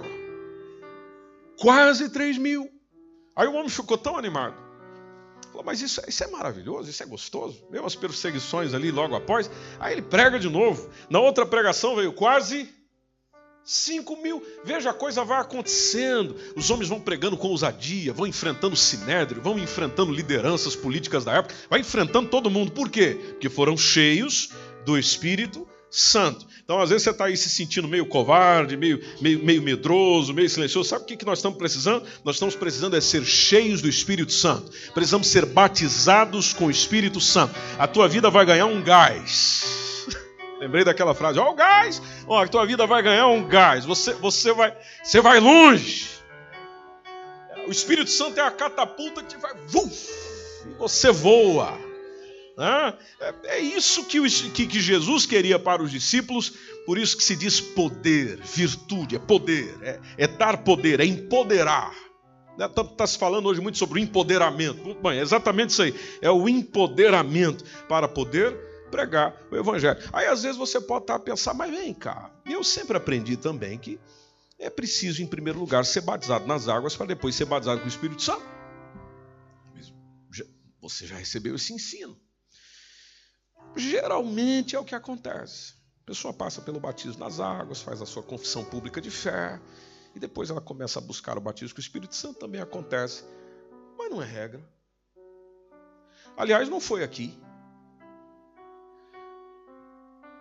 Quase três mil. Aí o homem ficou tão animado. Falou, mas isso, isso é maravilhoso, isso é gostoso. Mesmo as perseguições ali logo após. Aí ele prega de novo. Na outra pregação veio quase cinco mil. Veja, a coisa vai acontecendo. Os homens vão pregando com ousadia, vão enfrentando o sinédrio, vão enfrentando lideranças políticas da época, vai enfrentando todo mundo. Por quê? Porque foram cheios do Espírito Santo. Então, às vezes você está aí se sentindo meio covarde, meio, meio, meio medroso, meio silencioso. Sabe o que, que nós estamos precisando? Nós estamos precisando é ser cheios do Espírito Santo. Precisamos ser batizados com o Espírito Santo. A tua vida vai ganhar um gás. Lembrei daquela frase, ó, o gás. Ó, a tua vida vai ganhar um gás. Você, você, vai, você vai longe. O Espírito Santo é a catapulta que vai... Vuf, e você voa. É isso que, que Jesus queria para os discípulos, por isso que se diz poder, virtude, é poder, é, é dar poder, é empoderar. Está se falando hoje muito sobre o empoderamento. Muito bem, é exatamente isso aí, é o empoderamento para poder pregar o Evangelho. Aí às vezes você pode estar a pensar, mas vem cá, eu sempre aprendi também que é preciso em primeiro lugar ser batizado nas águas para depois ser batizado com o Espírito Santo. Você já recebeu esse ensino. Geralmente é o que acontece. A pessoa passa pelo batismo nas águas, faz a sua confissão pública de fé, e depois ela começa a buscar o batismo com o Espírito Santo, também acontece. Mas não é regra. Aliás, não foi aqui.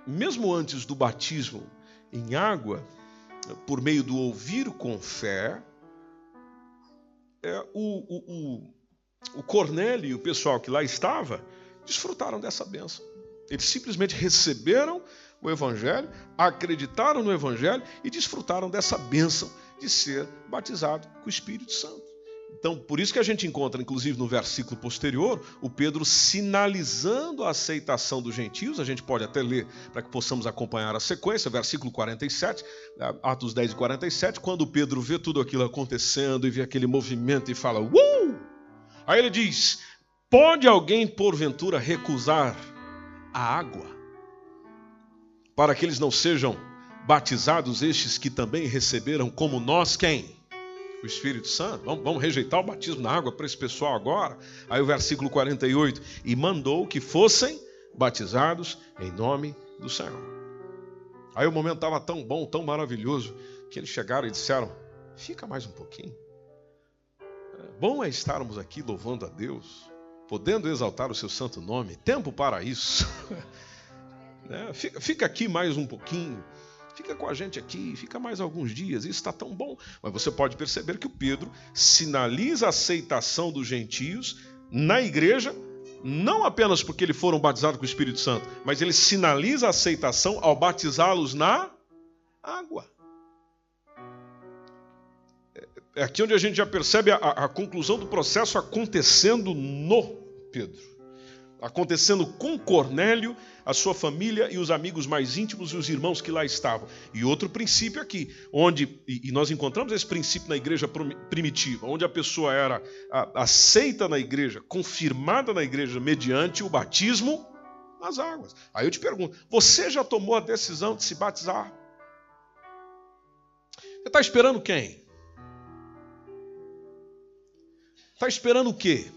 mesmo antes do batismo em água, por meio do ouvir com fé, é, o, o, o, o Cornélio e o pessoal que lá estava desfrutaram dessa bênção. Eles simplesmente receberam o Evangelho, acreditaram no Evangelho e desfrutaram dessa bênção de ser batizado com o Espírito Santo. Então, por isso que a gente encontra, inclusive no versículo posterior, o Pedro sinalizando a aceitação dos gentios. A gente pode até ler para que possamos acompanhar a sequência, versículo quarenta e sete, Atos dez e quarenta e sete, quando Pedro vê tudo aquilo acontecendo e vê aquele movimento e fala, uh! Aí ele diz, pode alguém porventura recusar a água para que eles não sejam batizados estes que também receberam como nós quem? O Espírito Santo. Vamos, vamos rejeitar o batismo na água para esse pessoal agora? Aí o versículo quarenta e oito, e mandou que fossem batizados em nome do Senhor. Aí o momento estava tão bom, tão maravilhoso, que eles chegaram e disseram, fica mais um pouquinho. Bom é estarmos aqui louvando a Deus, podendo exaltar o seu santo nome, tempo para isso. Fica, fica aqui mais um pouquinho. Fica com a gente aqui, fica mais alguns dias, isso está tão bom. Mas você pode perceber que o Pedro sinaliza a aceitação dos gentios na igreja, não apenas porque eles foram batizados com o Espírito Santo, mas ele sinaliza a aceitação ao batizá-los na água. É aqui onde a gente já percebe a, a conclusão do processo acontecendo no Pedro. Acontecendo com Cornélio, a sua família e os amigos mais íntimos e os irmãos que lá estavam. E outro princípio aqui, onde, e nós encontramos esse princípio na igreja primitiva, onde a pessoa era aceita na igreja, confirmada na igreja mediante o batismo nas águas. Aí eu te pergunto, você já tomou a decisão de se batizar? Você está esperando quem? Está esperando o quê?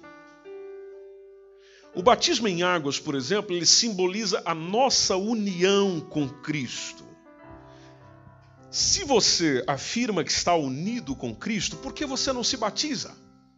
O batismo em águas, por exemplo, ele simboliza a nossa união com Cristo. Se você afirma que está unido com Cristo, por que você não se batiza?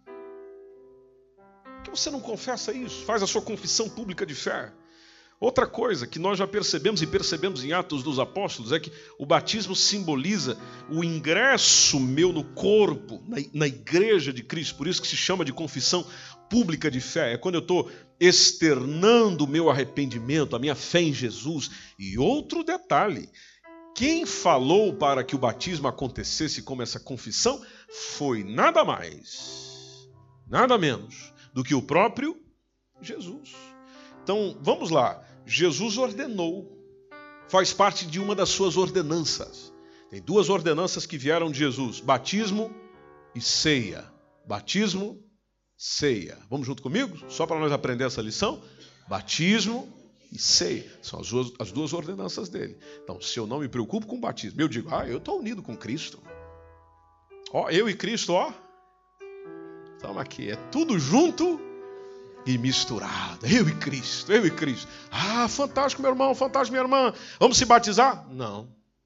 Por que você não confessa isso? Faz a sua confissão pública de fé. Outra coisa que nós já percebemos e percebemos em Atos dos Apóstolos é que o batismo simboliza o ingresso meu no corpo, na, na igreja de Cristo. Por isso que se chama de confissão pública de fé. É quando eu estou externando o meu arrependimento, a minha fé em Jesus. E outro detalhe, quem falou para que o batismo acontecesse como essa confissão foi nada mais, nada menos do que o próprio Jesus. Então, vamos lá. Jesus ordenou, faz parte de uma das suas ordenanças. Tem duas ordenanças que vieram de Jesus, batismo e ceia. Batismo, ceia. Vamos junto comigo? Só para nós aprender essa lição? Batismo e ceia. São as duas, as duas ordenanças dele. Então, se eu não me preocupo com o batismo, eu digo, ah, eu estou unido com Cristo. Ó, eu e Cristo, ó. Estamos aqui, é tudo junto e misturado. Eu e Cristo, eu e Cristo. Ah, fantástico, meu irmão, fantástico, minha irmã. Vamos se batizar? Não.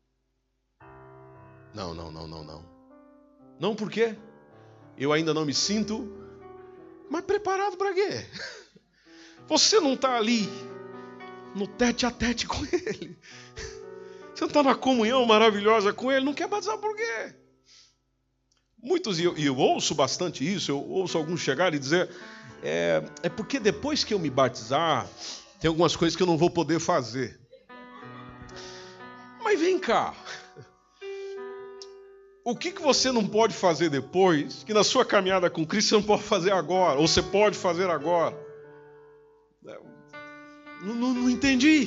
Não, não, não, não, não. Não, por quê? Eu ainda não me sinto, mas preparado para quê? Você não está ali no tete a tete com Ele. Você não está na comunhão maravilhosa com Ele, não quer batizar por quê? Muitos, e eu, e eu ouço bastante isso, eu ouço alguns chegarem e dizer, é, é porque depois que eu me batizar, tem algumas coisas que eu não vou poder fazer. Mas vem cá, o que, que você não pode fazer depois, que na sua caminhada com Cristo você não pode fazer agora, ou você pode fazer agora? Não, não, não entendi.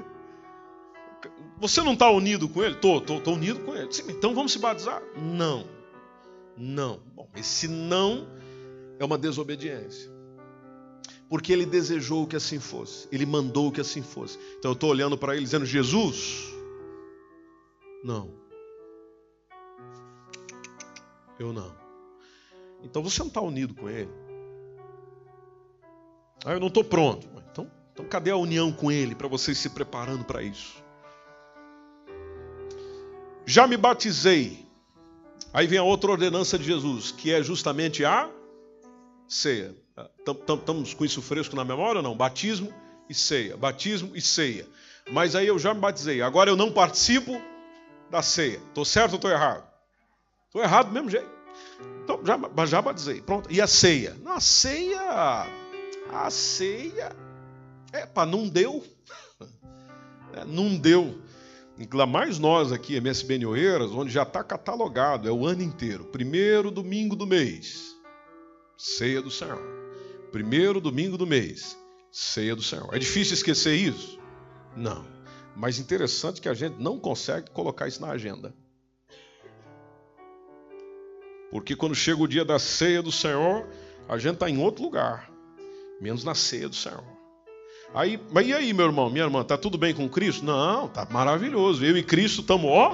Você não está unido com Ele? Estou, estou, estou unido com Ele. Sim, então vamos se batizar? Não. Não. Bom, esse não é uma desobediência. Porque Ele desejou que assim fosse. Ele mandou que assim fosse. Então eu estou olhando para Ele dizendo, Jesus, não. Eu não. Então você não está unido com Ele. Ah, eu não estou pronto. Então, então cadê a união com Ele para vocês se preparando para isso? Já me batizei. Aí vem a outra ordenança de Jesus, que é justamente a ceia. Estamos com isso fresco na memória ou não? Batismo e ceia. Batismo e ceia. mas aí eu já me batizei. Agora eu não participo da ceia. Estou certo ou estou errado? Estou errado do mesmo jeito. Então, já, já batizei. Pronto. E a ceia? Não, a ceia... A ceia... Epa, não deu. É, não deu. Ainda mais nós aqui, M S B N Oeiras, onde já está catalogado, é o ano inteiro. Primeiro domingo do mês, ceia do Senhor. Primeiro domingo do mês, ceia do Senhor. É difícil esquecer isso? Não. Mas interessante que a gente não consegue colocar isso na agenda. Porque quando chega o dia da ceia do Senhor, a gente está em outro lugar, menos na ceia do Senhor. Aí, mas e aí, meu irmão, minha irmã, tá tudo bem com Cristo? Não, tá maravilhoso. Eu e Cristo estamos, ó.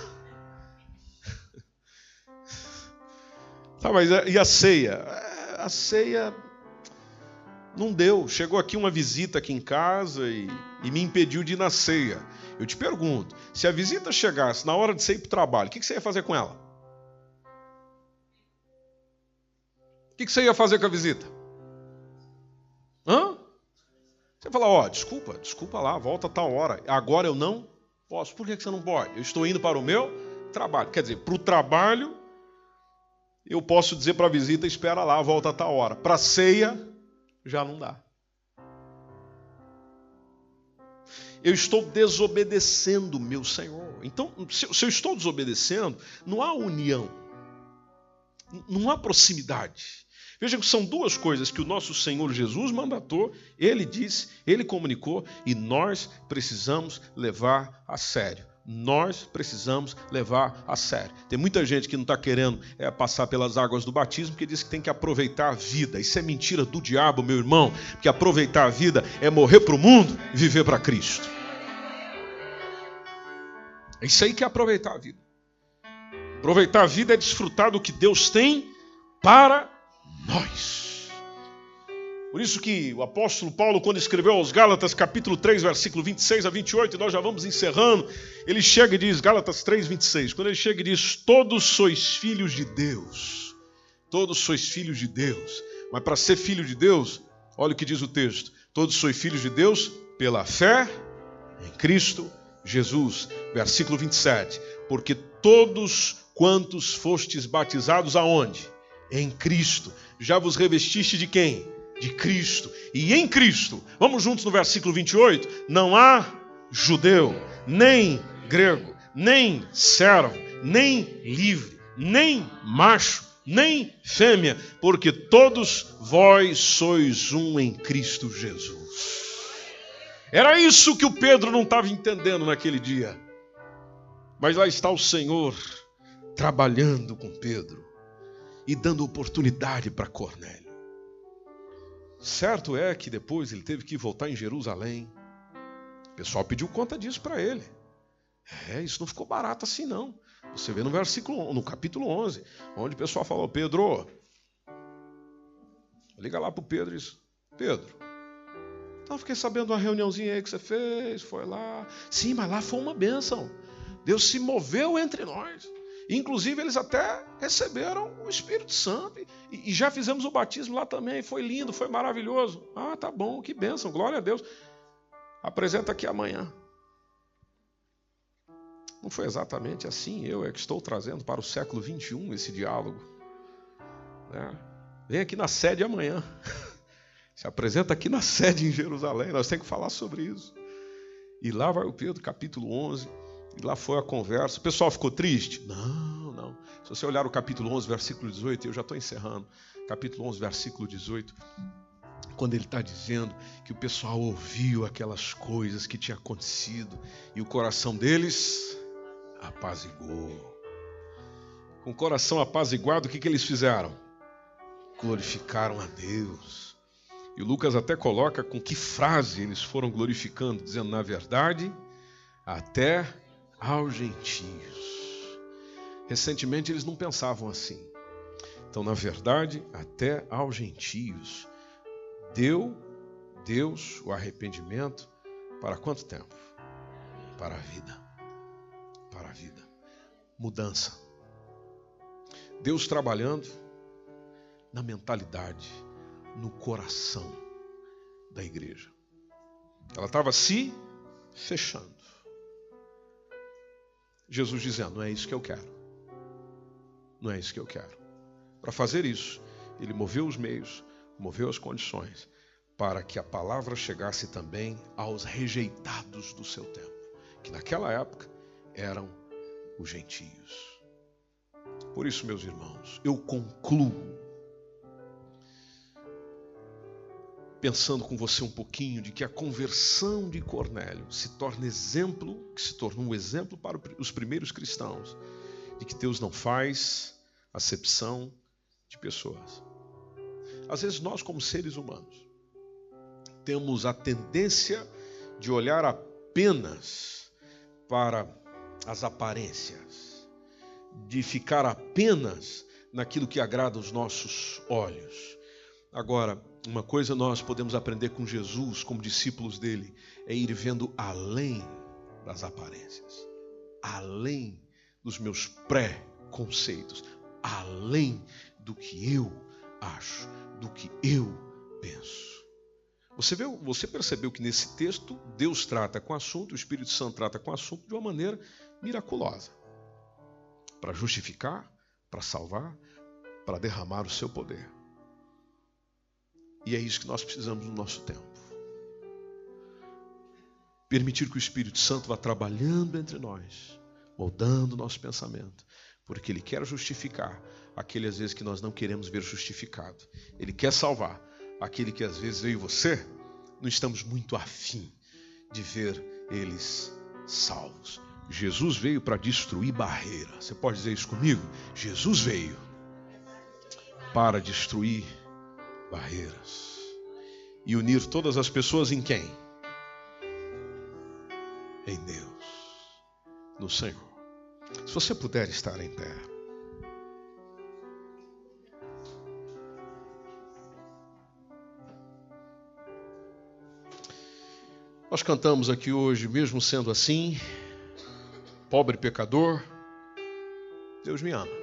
Tá, mas e a ceia? A ceia não deu. Chegou aqui uma visita aqui em casa e, e me impediu de ir na ceia. Eu te pergunto, se a visita chegasse na hora de você ir para o trabalho, o que, que você ia fazer com ela? O que, que você ia fazer com a visita? Hã? Você fala, ó, oh, desculpa, desculpa lá, volta a tal hora. Agora eu não posso. Por que você não pode? Eu estou indo para o meu trabalho. Quer dizer, para o trabalho, eu posso dizer para a visita, espera lá, volta a tal hora. Para a ceia, já não dá. Eu estou desobedecendo meu Senhor. Então, se eu estou desobedecendo, não há união. Não há proximidade. Vejam que são duas coisas que o nosso Senhor Jesus mandatou, Ele disse, Ele comunicou e nós precisamos levar a sério. Nós precisamos levar a sério. Tem muita gente que não está querendo é, passar pelas águas do batismo, porque diz que tem que aproveitar a vida. Isso é mentira do diabo, meu irmão, porque aproveitar a vida é morrer para o mundo e viver para Cristo. É isso aí que é aproveitar a vida. Aproveitar a vida é desfrutar do que Deus tem para nós. Por isso que o apóstolo Paulo, quando escreveu aos Gálatas, capítulo três, versículo vinte e seis a vinte e oito, e nós já vamos encerrando, ele chega e diz, Gálatas três, vinte e seis, quando ele chega e diz, todos sois filhos de Deus, todos sois filhos de Deus, mas para ser filho de Deus, olha o que diz o texto, todos sois filhos de Deus pela fé em Cristo Jesus, versículo vinte e sete, porque todos quantos fostes batizados aonde? Em Cristo, já vos revestiste de quem? De Cristo. E em Cristo, vamos juntos no versículo vinte e oito, não há judeu, nem grego, nem servo, nem livre, nem macho, nem fêmea, porque todos vós sois um em Cristo Jesus. Era isso que o Pedro não estava entendendo naquele dia. Mas lá está o Senhor trabalhando com Pedro e dando oportunidade para Cornélio. Certo é que depois ele teve que voltar em Jerusalém. O pessoal pediu conta disso para ele. É, isso não ficou barato assim não. Você vê no versículo, no capítulo onze, onde o pessoal falou, Pedro, liga lá para o Pedro isso. Pedro, então fiquei sabendo de uma reuniãozinha aí que você fez, foi lá. Sim, mas lá foi uma bênção. Deus se moveu entre nós. Inclusive, eles até receberam o Espírito Santo. E, e já fizemos o batismo lá também. Foi lindo, foi maravilhoso. Ah, tá bom, que bênção, glória a Deus. Apresenta aqui amanhã. Não foi exatamente assim. Eu é que estou trazendo para o século vinte e um esse diálogo. Né? Vem aqui na sede amanhã. Se apresenta aqui na sede em Jerusalém. Nós temos que falar sobre isso. E lá vai o Pedro, capítulo onze. E lá foi a conversa. O pessoal ficou triste? Não, não. Se você olhar o capítulo onze, versículo dezoito, eu já estou encerrando. Capítulo onze, versículo dezoito. Quando ele está dizendo que o pessoal ouviu aquelas coisas que tinham acontecido e o coração deles apaziguou. Com o coração apaziguado, o que, que eles fizeram? Glorificaram a Deus. E o Lucas até coloca com que frase eles foram glorificando, dizendo, na verdade, até aos gentios. Recentemente eles não pensavam assim. Então, na verdade, até aos gentios. Deu Deus o arrependimento para quanto tempo? Para a vida. Para a vida. Mudança. Deus trabalhando na mentalidade, no coração da igreja. Ela estava se fechando. Jesus dizendo, não é isso que eu quero. Não é isso que eu quero. Para fazer isso, ele moveu os meios, moveu as condições, para que a palavra chegasse também aos rejeitados do seu tempo, que naquela época eram os gentios. Por isso, meus irmãos, eu concluo pensando com você um pouquinho de que a conversão de Cornélio se torna exemplo, que se tornou um exemplo para os primeiros cristãos, de que Deus não faz acepção de pessoas. Às vezes nós, como seres humanos, temos a tendência de olhar apenas para as aparências, de ficar apenas naquilo que agrada os nossos olhos. Agora, uma coisa nós podemos aprender com Jesus, como discípulos dele, é ir vendo além das aparências, além dos meus pré-conceitos, além do que eu acho, do que eu penso. Você viu, você percebeu que nesse texto Deus trata com o assunto, o Espírito Santo trata com o assunto de uma maneira miraculosa, para justificar, para salvar, para derramar o seu poder. E é isso que nós precisamos no nosso tempo. Permitir que o Espírito Santo vá trabalhando entre nós, moldando o nosso pensamento, porque Ele quer justificar aquele às vezes que nós não queremos ver justificado. Ele quer salvar aquele que às vezes eu e você não estamos muito afim de ver eles salvos. Jesus veio para destruir barreiras. Você pode dizer isso comigo? Jesus veio para destruir barreiras e unir todas as pessoas em quem? Em Deus, no Senhor. Se você puder estar em pé. Nós cantamos aqui hoje, mesmo sendo assim, pobre pecador, Deus me ama.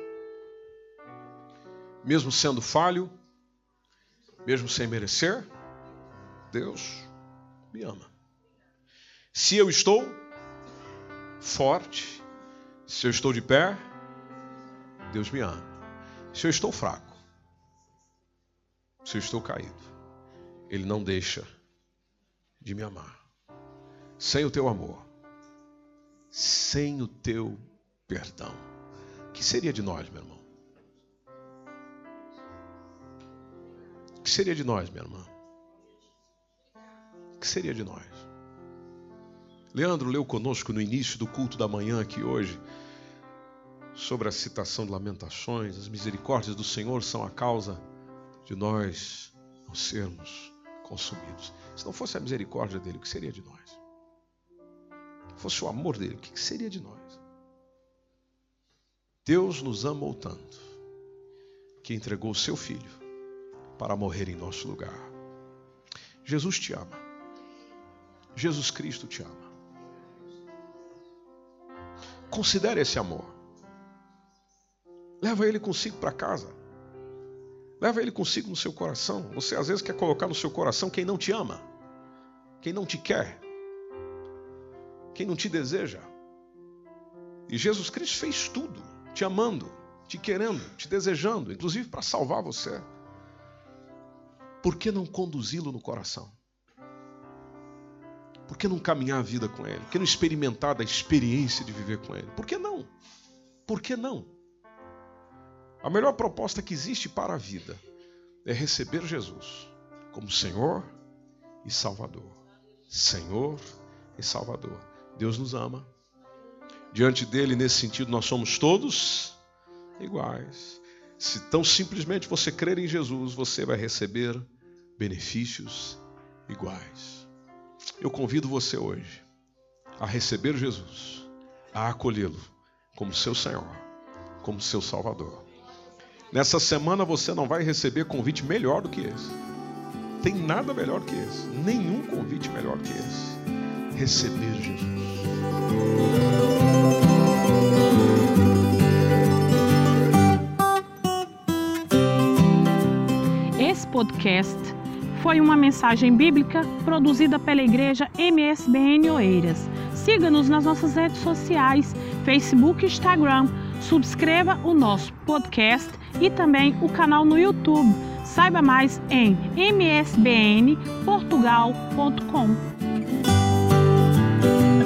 Mesmo sendo falho, mesmo sem merecer, Deus me ama. Se eu estou forte, se eu estou de pé, Deus me ama. Se eu estou fraco, se eu estou caído, Ele não deixa de me amar. Sem o teu amor, sem o teu perdão, o que seria de nós, meu irmão? O que seria de nós, minha irmã? O que seria de nós? Leandro leu conosco no início do culto da manhã aqui hoje sobre a citação de Lamentações. As misericórdias do Senhor são a causa de nós não sermos consumidos. Se não fosse a misericórdia dele, o que seria de nós? Se fosse o amor dele, o que seria de nós? Deus nos amou tanto que entregou o seu Filho para morrer em nosso lugar. Jesus te ama. Jesus Cristo te ama. Considere esse amor. Leva ele consigo para casa. Leva ele consigo no seu coração. Você às vezes quer colocar no seu coração quem não te ama, quem não te quer, quem não te deseja. E Jesus Cristo fez tudo, te amando, te querendo, te desejando, inclusive para salvar você. Por que não conduzi-lo no coração? Por que não caminhar a vida com Ele? Por que não experimentar da experiência de viver com Ele? Por que não? Por que não? A melhor proposta que existe para a vida é receber Jesus como Senhor e Salvador. Senhor e Salvador. Deus nos ama. Diante dele, nesse sentido, nós somos todos iguais. Se tão simplesmente você crer em Jesus, você vai receber benefícios iguais. Eu convido você hoje a receber Jesus, a acolhê-lo como seu Senhor, como seu Salvador. Nessa semana você não vai receber convite melhor do que esse. Tem nada melhor que esse. Nenhum convite melhor que esse. Receber Jesus. Esse podcast foi uma mensagem bíblica produzida pela Igreja M S B N Oeiras. Siga-nos nas nossas redes sociais, Facebook e Instagram. Subscreva o nosso podcast e também o canal no YouTube. Saiba mais em m s b n portugal ponto com.